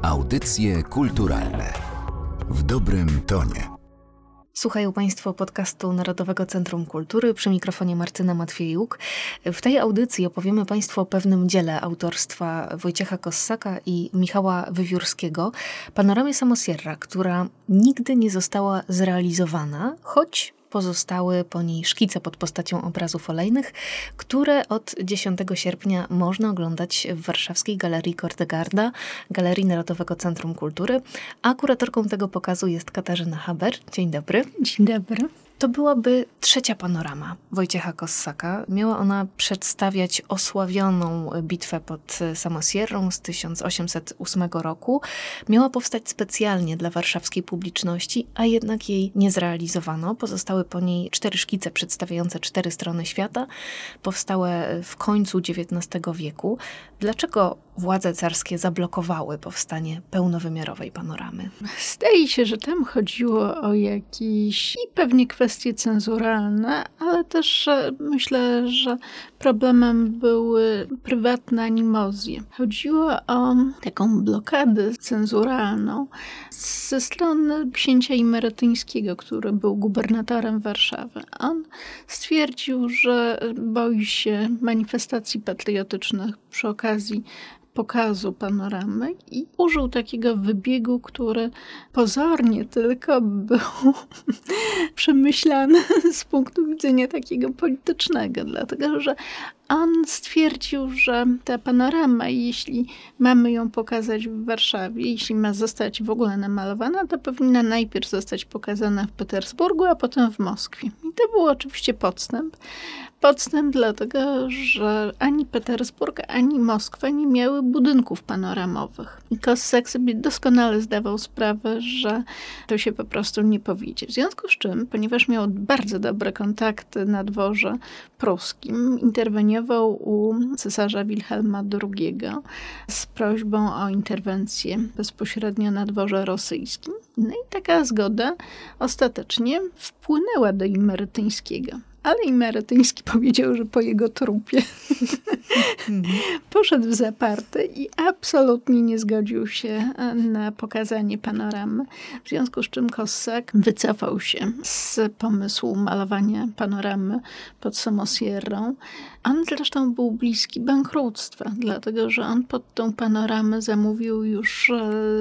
Audycje kulturalne w dobrym tonie. Słuchają Państwo podcastu Narodowego Centrum Kultury, przy mikrofonie Martyna Matwiejuk. W tej audycji opowiemy Państwu o pewnym dziele autorstwa Wojciecha Kossaka i Michała Wywiórskiego, panoramie Samosierra, która nigdy nie została zrealizowana, choć pozostały po niej szkice pod postacią obrazów olejnych, które od 10 sierpnia można oglądać w warszawskiej Galerii Kortegarda, Galerii Narodowego Centrum Kultury, a kuratorką tego pokazu jest Katarzyna Haber. Dzień dobry. Dzień dobry. To byłaby trzecia panorama Wojciecha Kossaka. Miała ona przedstawiać osławioną bitwę pod Samosierrą z 1808 roku. Miała powstać specjalnie dla warszawskiej publiczności, a jednak jej nie zrealizowano. Pozostały po niej 4 szkice przedstawiające 4 strony świata, powstałe w końcu XIX wieku. Dlaczego władze carskie zablokowały powstanie pełnowymiarowej panoramy? Zdaje się, że tam chodziło o jakieś i pewnie kwestie cenzuralne, ale też myślę, że problemem były prywatne animozje. Chodziło o taką blokadę cenzuralną ze strony księcia Imerytyńskiego, który był gubernatorem Warszawy. On stwierdził, że boi się manifestacji patriotycznych przy okazji pokazu panoramy i użył takiego wybiegu, który pozornie tylko był przemyślany z punktu widzenia takiego politycznego, dlatego że on stwierdził, że ta panorama, jeśli mamy ją pokazać w Warszawie, jeśli ma zostać w ogóle namalowana, to powinna najpierw zostać pokazana w Petersburgu, a potem w Moskwie. I to był oczywiście podstęp. Podstęp dlatego, że ani Petersburg, ani Moskwa nie miały budynków panoramowych. I Kossak sobie doskonale zdawał sprawę, że to się po prostu nie powiedzie. W związku z czym, ponieważ miał bardzo dobre kontakty na dworze pruskim, interweniował u cesarza Wilhelma II z prośbą o interwencję bezpośrednio na dworze rosyjskim. No i taka zgoda ostatecznie wpłynęła do Imerytyńskiego. Ale Imerytyński powiedział, że po jego trupie poszedł w zaparte i absolutnie nie zgodził się na pokazanie panoramy. W związku z czym Kossak wycofał się z pomysłu malowania panoramy pod Samosierrą. On zresztą był bliski bankructwa, dlatego że on pod tą panoramę zamówił już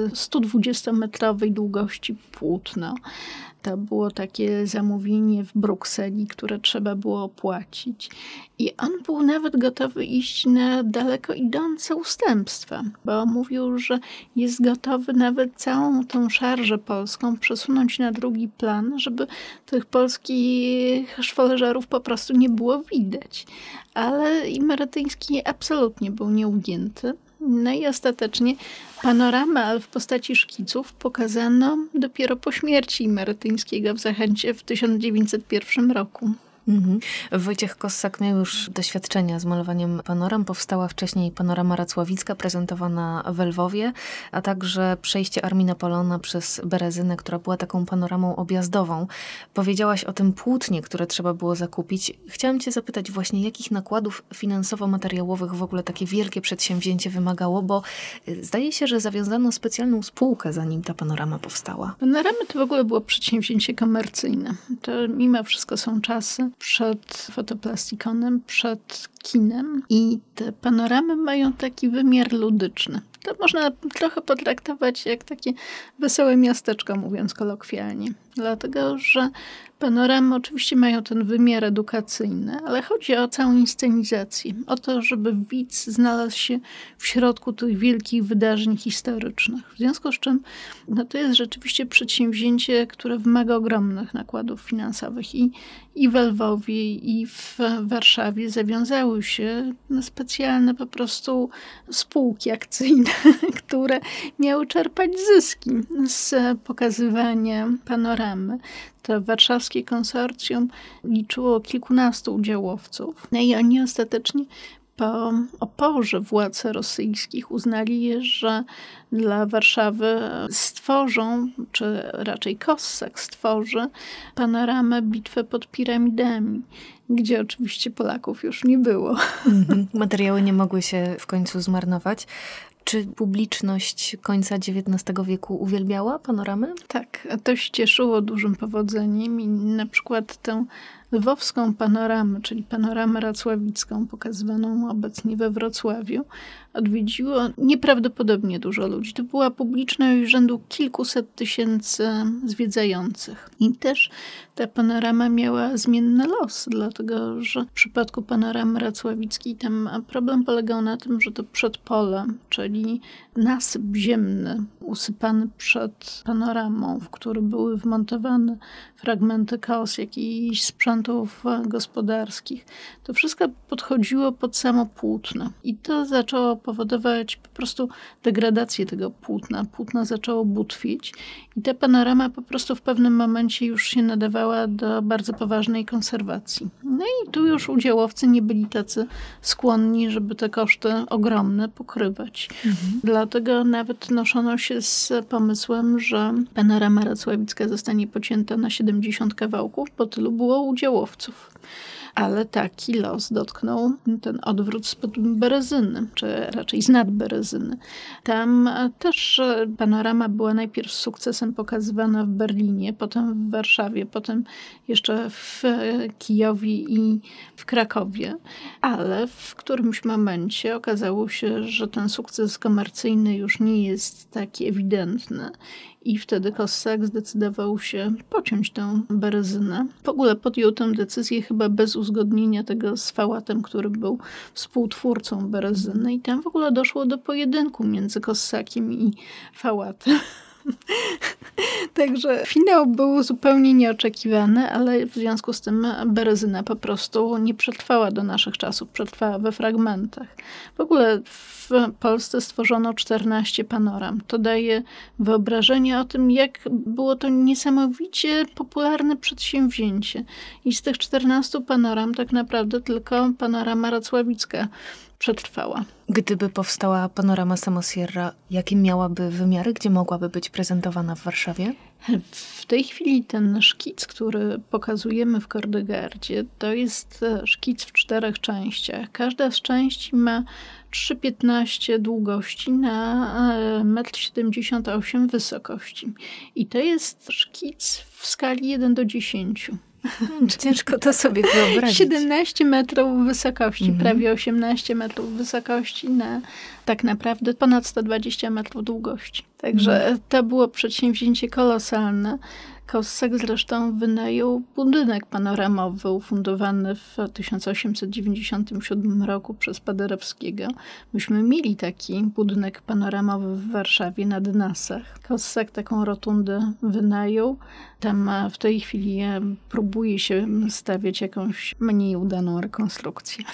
120-metrowej długości płótno. To było takie zamówienie w Brukseli, które trzeba było opłacić. I on był nawet gotowy iść na daleko idące ustępstwa, bo mówił, że jest gotowy nawet całą tą szarżę polską przesunąć na drugi plan, żeby tych polskich szwoleżerów po prostu nie było widać. Ale Imerytyński absolutnie był nieugięty. No i ostatecznie panoramę, ale w postaci szkiców, pokazano dopiero po śmierci Imerytyńskiego w Zachęcie w 1901 roku. Wojciech Kossak miał już doświadczenia z malowaniem panoram. Powstała wcześniej panorama racławicka prezentowana w Lwowie, a także przejście Armii Napoleona przez Berezynę, która była taką panoramą objazdową. Powiedziałaś o tym płótnie, które trzeba było zakupić. Chciałam cię zapytać właśnie, jakich nakładów finansowo-materiałowych w ogóle takie wielkie przedsięwzięcie wymagało, bo zdaje się, że zawiązano specjalną spółkę, zanim ta panorama powstała. Panoramy to w ogóle było przedsięwzięcie komercyjne. To mimo wszystko są czasy przed fotoplastikonem, przed kinem i te panoramy mają taki wymiar ludyczny. To można trochę potraktować jak takie wesołe miasteczko, mówiąc kolokwialnie. Dlatego, że panoramy oczywiście mają ten wymiar edukacyjny, ale chodzi o całą inscenizację. O to, żeby widz znalazł się w środku tych wielkich wydarzeń historycznych. W związku z czym to jest rzeczywiście przedsięwzięcie, które wymaga ogromnych nakładów finansowych. I w Lwowie, i w Warszawie zawiązały się specjalne po prostu spółki akcyjne, które miały czerpać zyski z pokazywania panoramy. To warszawskie konsorcjum liczyło kilkunastu udziałowców. No i oni ostatecznie po oporze władz rosyjskich uznali, że dla Warszawy stworzą, czy raczej Kossak stworzy panoramę bitwy pod piramidami, gdzie oczywiście Polaków już nie było. Materiały nie mogły się w końcu zmarnować. Czy publiczność końca XIX wieku uwielbiała panoramy? Tak, a to się cieszyło dużym powodzeniem i na przykład tę lwowską panoramę, czyli panoramę racławicką, pokazywaną obecnie we Wrocławiu, odwiedziło nieprawdopodobnie dużo ludzi. To była publiczność rzędu kilkuset tysięcy zwiedzających. I też ta panorama miała zmienny los, dlatego że w przypadku panoramy racławickiej tam problem polegał na tym, że to przedpole, czyli nasyp ziemny usypany przed panoramą, w który były wmontowane fragmenty kos, jakichś sprzętów gospodarskich. To wszystko podchodziło pod samo płótno. I to zaczęło powodować po prostu degradację tego płótna. Płótno zaczęło butwić i ta panorama po prostu w pewnym momencie już się nadawała do bardzo poważnej konserwacji. No i tu już udziałowcy nie byli tacy skłonni, żeby te koszty ogromne pokrywać. Dlatego nawet noszono się z pomysłem, że panorama racławicka zostanie pocięta na 70 kawałków, bo tylu było udziałowców. Ale taki los dotknął ten odwrót spod Berezyny, czy raczej z nad Berezyny. Tam też panorama była najpierw z sukcesem pokazywana w Berlinie, potem w Warszawie, potem jeszcze w Kijowie i w Krakowie. Ale w którymś momencie okazało się, że ten sukces komercyjny już nie jest taki ewidentny. I wtedy Kossak zdecydował się pociąć tę Berezynę. W ogóle podjął tę decyzję chyba bez uzgodnienia tego z Fałatem, który był współtwórcą Berezyny. I tam w ogóle doszło do pojedynku między Kossakiem i Fałatem. Także finał był zupełnie nieoczekiwany, ale w związku z tym Berezyna po prostu nie przetrwała do naszych czasów, przetrwała we fragmentach. W ogóle w Polsce stworzono 14 panoram. To daje wyobrażenie o tym, jak było to niesamowicie popularne przedsięwzięcie. I z tych 14 panoram tak naprawdę tylko panorama racławicka przetrwała. Gdyby powstała panorama Samosierra, jakie miałaby wymiary, gdzie mogłaby być prezentowana w Warszawie? W tej chwili ten szkic, który pokazujemy w Kordegardzie, to jest szkic w 4 częściach. Każda z części ma 3,15 długości na 1,78 m wysokości. I to jest szkic w skali 1:10. Ciężko to sobie wyobrazić. 17 metrów wysokości, prawie 18 metrów wysokości na tak naprawdę ponad 120 metrów długości. Także to było przedsięwzięcie kolosalne. Kossak zresztą wynajął budynek panoramowy ufundowany w 1897 roku przez Paderewskiego. Myśmy mieli taki budynek panoramowy w Warszawie na Dynasach. Kossak taką rotundę wynajął. Tam w tej chwili próbuje się stawiać jakąś mniej udaną rekonstrukcję.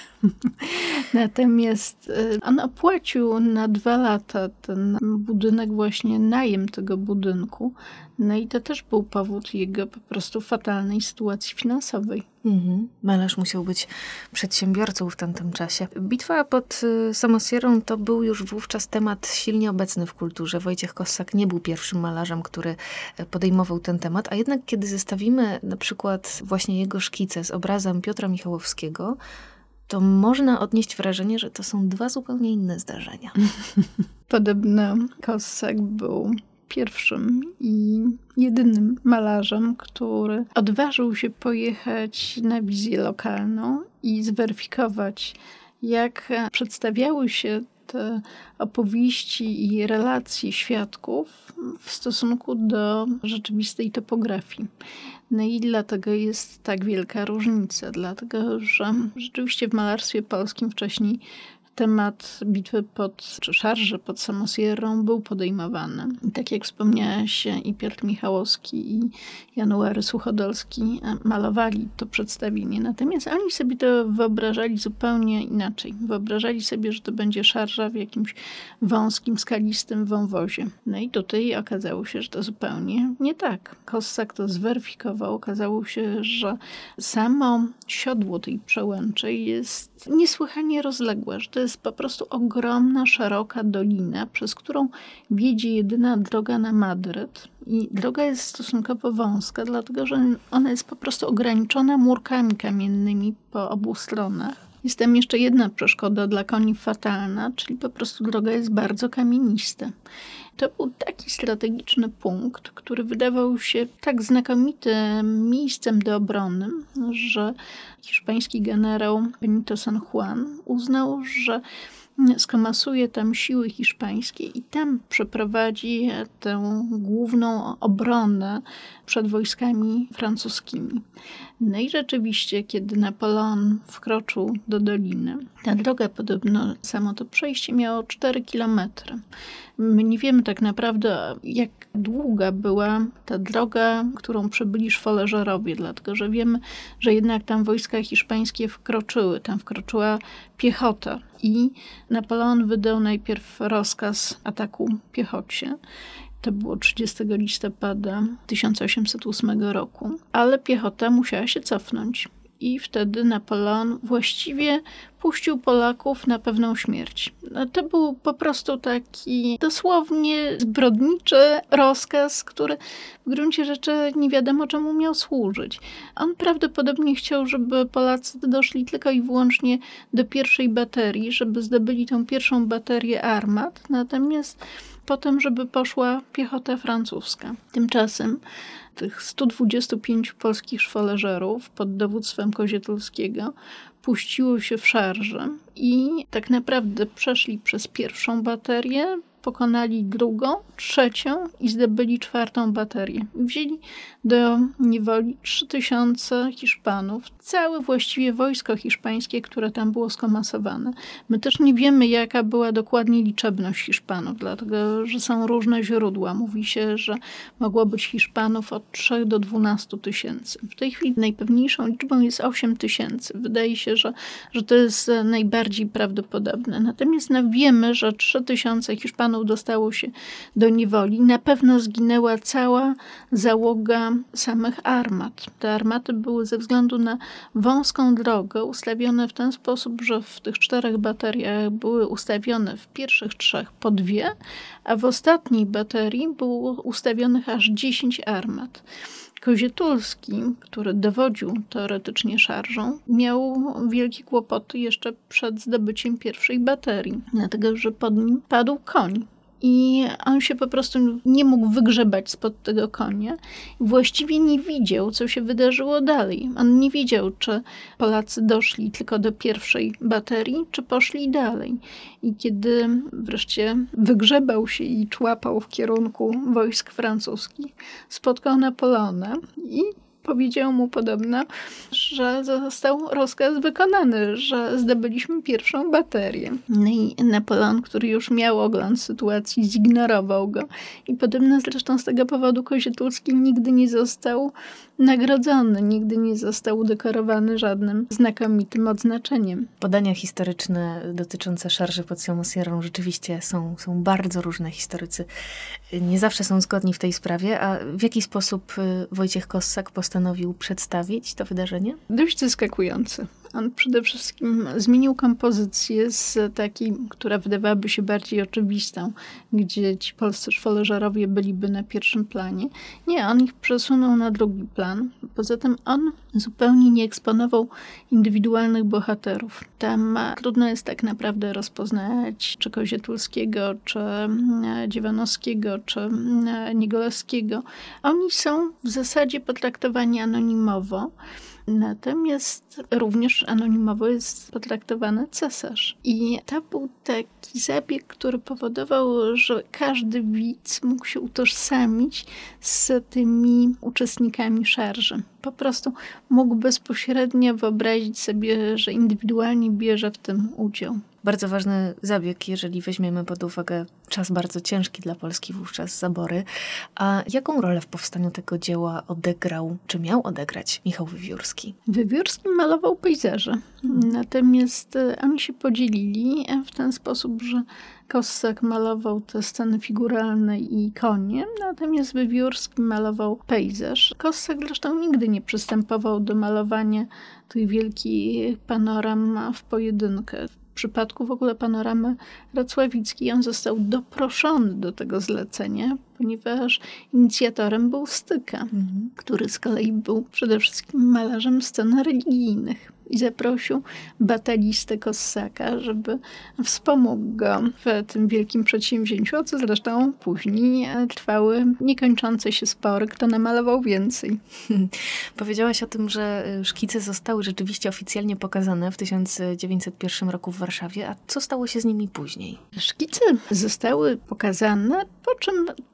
Natomiast on opłacił na 2 lata ten budynek, właśnie najem tego budynku. No i to też był powód jego po prostu fatalnej sytuacji finansowej. Malarz musiał być przedsiębiorcą w tamtym czasie. Bitwa pod Samosierrą to był już wówczas temat silnie obecny w kulturze. Wojciech Kossak nie był pierwszym malarzem, który podejmował ten temat, a jednak kiedy zestawimy na przykład właśnie jego szkice z obrazem Piotra Michałowskiego, to można odnieść wrażenie, że to są 2 zupełnie inne zdarzenia. Podobno Kossak był pierwszym i jedynym malarzem, który odważył się pojechać na wizję lokalną i zweryfikować, jak przedstawiały się te opowieści i relacje świadków w stosunku do rzeczywistej topografii. No i dlatego jest tak wielka różnica, dlatego że rzeczywiście w malarstwie polskim wcześniej temat bitwy czy szarży pod Samosierrą był podejmowany. I tak jak wspomniałaś, i Piotr Michałowski, i January Suchodolski malowali to przedstawienie. Natomiast oni sobie to wyobrażali zupełnie inaczej. Wyobrażali sobie, że to będzie szarża w jakimś wąskim, skalistym wąwozie. No i tutaj okazało się, że to zupełnie nie tak. Kossak to zweryfikował. Okazało się, że samo siodło tej przełęczy jest niesłychanie rozległe, że to jest po prostu ogromna, szeroka dolina, przez którą wiedzie jedyna droga na Madryt. I droga jest stosunkowo wąska, dlatego że ona jest po prostu ograniczona murkami kamiennymi po obu stronach. Jest tam jeszcze jedna przeszkoda dla koni fatalna, czyli po prostu droga jest bardzo kamienista. To był taki strategiczny punkt, który wydawał się tak znakomitym miejscem do obrony, że hiszpański generał Benito San Juan uznał, że skomasuje tam siły hiszpańskie i tam przeprowadzi tę główną obronę przed wojskami francuskimi. No i rzeczywiście, kiedy Napoleon wkroczył do doliny, ta droga podobno, samo to przejście miało 4 kilometry. My nie wiemy tak naprawdę, jak długa była ta droga, którą przebyli szwoleżerowie, dlatego że wiemy, że jednak tam wojska hiszpańskie wkroczyły, tam wkroczyła piechota i Napoleon wydał najpierw rozkaz ataku piechocie. To było 30 listopada 1808 roku, ale piechota musiała się cofnąć. I wtedy Napoleon właściwie puścił Polaków na pewną śmierć. To był po prostu taki dosłownie zbrodniczy rozkaz, który w gruncie rzeczy nie wiadomo czemu miał służyć. On prawdopodobnie chciał, żeby Polacy doszli tylko i wyłącznie do pierwszej baterii, żeby zdobyli tą pierwszą baterię armat, natomiast potem, żeby poszła piechota francuska. Tymczasem tych 125 polskich szwoleżerów pod dowództwem Kozietulskiego puściło się w szarże i tak naprawdę przeszli przez pierwszą baterię, pokonali drugą, trzecią i zdobyli czwartą baterię. Wzięli do niewoli 3000 Hiszpanów, całe właściwie wojsko hiszpańskie, które tam było skomasowane. My też nie wiemy, jaka była dokładnie liczebność Hiszpanów, dlatego że są różne źródła. Mówi się, że mogło być Hiszpanów od 3 do 12 tysięcy. W tej chwili najpewniejszą liczbą jest 8 tysięcy. Wydaje się, że to jest najbardziej prawdopodobne. Natomiast wiemy, że 3000 Hiszpanów dostało się do niewoli. Na pewno zginęła cała załoga samych armat. Te armaty były ze względu na wąską drogę ustawione w ten sposób, że w tych 4 bateriach były ustawione w pierwszych 3 po 2, a w ostatniej baterii było ustawionych aż 10 armat. Kozietulski, który dowodził teoretycznie szarżą, miał wielkie kłopoty jeszcze przed zdobyciem pierwszej baterii, dlatego że pod nim padł koń. I on się po prostu nie mógł wygrzebać spod tego konia. Właściwie nie widział, co się wydarzyło dalej. On nie wiedział, czy Polacy doszli tylko do pierwszej baterii, czy poszli dalej. I kiedy wreszcie wygrzebał się i człapał w kierunku wojsk francuskich, spotkał Napoleona i powiedział mu podobno, że został rozkaz wykonany, że zdobyliśmy pierwszą baterię. No i Napoleon, który już miał ogląd sytuacji, zignorował go. I podobno zresztą z tego powodu Kozietulski nigdy nie został nagrodzony, nigdy nie został udekorowany żadnym znakomitym odznaczeniem. Podania historyczne dotyczące szarży pod Somosierrą rzeczywiście są bardzo różne. Historycy nie zawsze są zgodni w tej sprawie. A w jaki sposób Wojciech Kossak postanowił przedstawić to wydarzenie? Dość zaskakujący. On przede wszystkim zmienił kompozycję z takiej, która wydawałaby się bardziej oczywistą, gdzie ci polscy szwoleżerowie byliby na pierwszym planie. Nie, on ich przesunął na drugi plan. Poza tym on zupełnie nie eksponował indywidualnych bohaterów. Tam trudno jest tak naprawdę rozpoznać czy Kozietulskiego, czy Dziewanowskiego, czy Niegolewskiego. Oni są w zasadzie potraktowani anonimowo. Natomiast również anonimowo jest potraktowany cesarz. I to był taki zabieg, który powodował, że każdy widz mógł się utożsamić z tymi uczestnikami szarży. Po prostu mógł bezpośrednio wyobrazić sobie, że indywidualnie bierze w tym udział. Bardzo ważny zabieg, jeżeli weźmiemy pod uwagę czas bardzo ciężki dla Polski, wówczas zabory. A jaką rolę w powstaniu tego dzieła odegrał, czy miał odegrać Michał Wiewiórski? Wiewiórski malował pejzaże. Natomiast oni się podzielili w ten sposób, że Kossak malował te sceny figuralne i konie, natomiast Wiewiórski malował pejzaż. Kossak zresztą nigdy nie przystępował do malowania tych wielkich panoram w pojedynkę. W przypadku w ogóle panoramy racławickiej on został doproszony do tego zlecenia, ponieważ inicjatorem był Styka, który z kolei był przede wszystkim malarzem scen religijnych. i zaprosił batalistę Kossaka, żeby wspomógł go w tym wielkim przedsięwzięciu, co zresztą później trwały niekończące się spory, kto namalował więcej. Powiedziałaś o tym, że szkice zostały rzeczywiście oficjalnie pokazane w 1901 roku w Warszawie, a co stało się z nimi później? Szkice zostały pokazane, po czym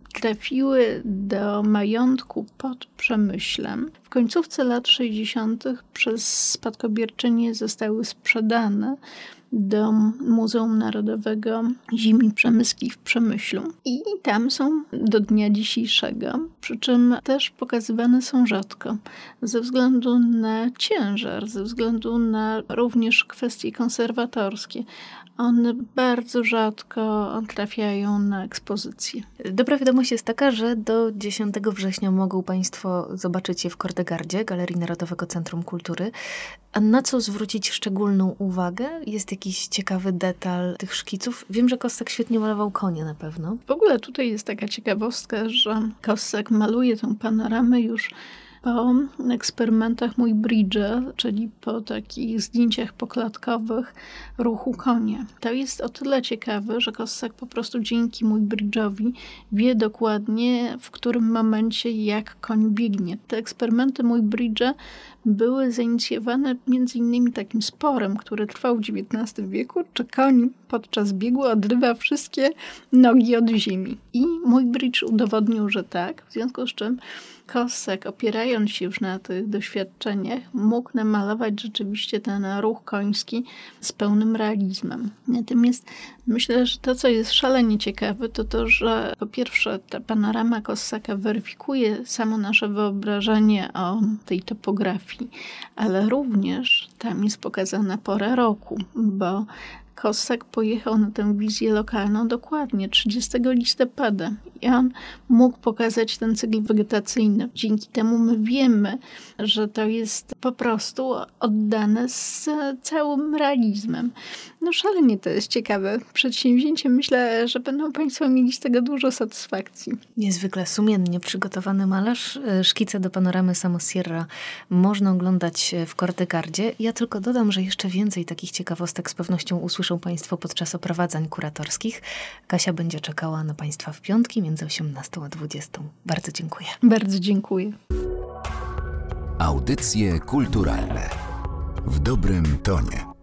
trafiły do majątku pod Przemyślem. W końcówce lat 60. przez spadkobierczynię zostały sprzedane do Muzeum Narodowego Ziemi Przemyskiej w Przemyślu. I tam są do dnia dzisiejszego, przy czym też pokazywane są rzadko, ze względu na ciężar, ze względu na również kwestie konserwatorskie. One bardzo rzadko trafiają na ekspozycję. Dobra wiadomość jest taka, że do 10 września mogą Państwo zobaczyć je w Kordegardzie, Galerii Narodowego Centrum Kultury. A na co zwrócić szczególną uwagę? Jest jakiś ciekawy detal tych szkiców? Wiem, że Kossak świetnie malował konie na pewno. W ogóle tutaj jest taka ciekawostka, że Kossak maluje tę panoramę już po eksperymentach Muybridge, czyli po takich zdjęciach poklatkowych ruchu konia. To jest o tyle ciekawe, że Kossak po prostu dzięki Muybridge'owi wie dokładnie, w którym momencie jak koń biegnie. Te eksperymenty Muybridge były zainicjowane między innymi takim sporem, który trwał w XIX wieku, czy koń podczas biegu odrywa wszystkie nogi od ziemi. I Muybridge udowodnił, że tak, w związku z czym Kossak, opierając się już na tych doświadczeniach, mógł namalować rzeczywiście ten ruch koński z pełnym realizmem. Natomiast myślę, że to, co jest szalenie ciekawe, to to, że po pierwsze ta panorama Kossaka weryfikuje samo nasze wyobrażenie o tej topografii, ale również tam jest pokazana pora roku, bo Kossak pojechał na tę wizję lokalną dokładnie 30 listopada i on mógł pokazać ten cykl wegetacyjny. Dzięki temu my wiemy, że to jest po prostu oddane z całym realizmem. No szalenie to jest ciekawe przedsięwzięcie. Myślę, że będą Państwo mieli z tego dużo satysfakcji. Niezwykle sumiennie przygotowany malarz. Szkice do panoramy Samosierra można oglądać w Kordegardzie. Ja tylko dodam, że jeszcze więcej takich ciekawostek z pewnością usłyszą Państwo podczas oprowadzań kuratorskich. Kasia będzie czekała na Państwa w piątki między 18 a 20. Bardzo dziękuję. Bardzo dziękuję. Audycje kulturalne w dobrym tonie.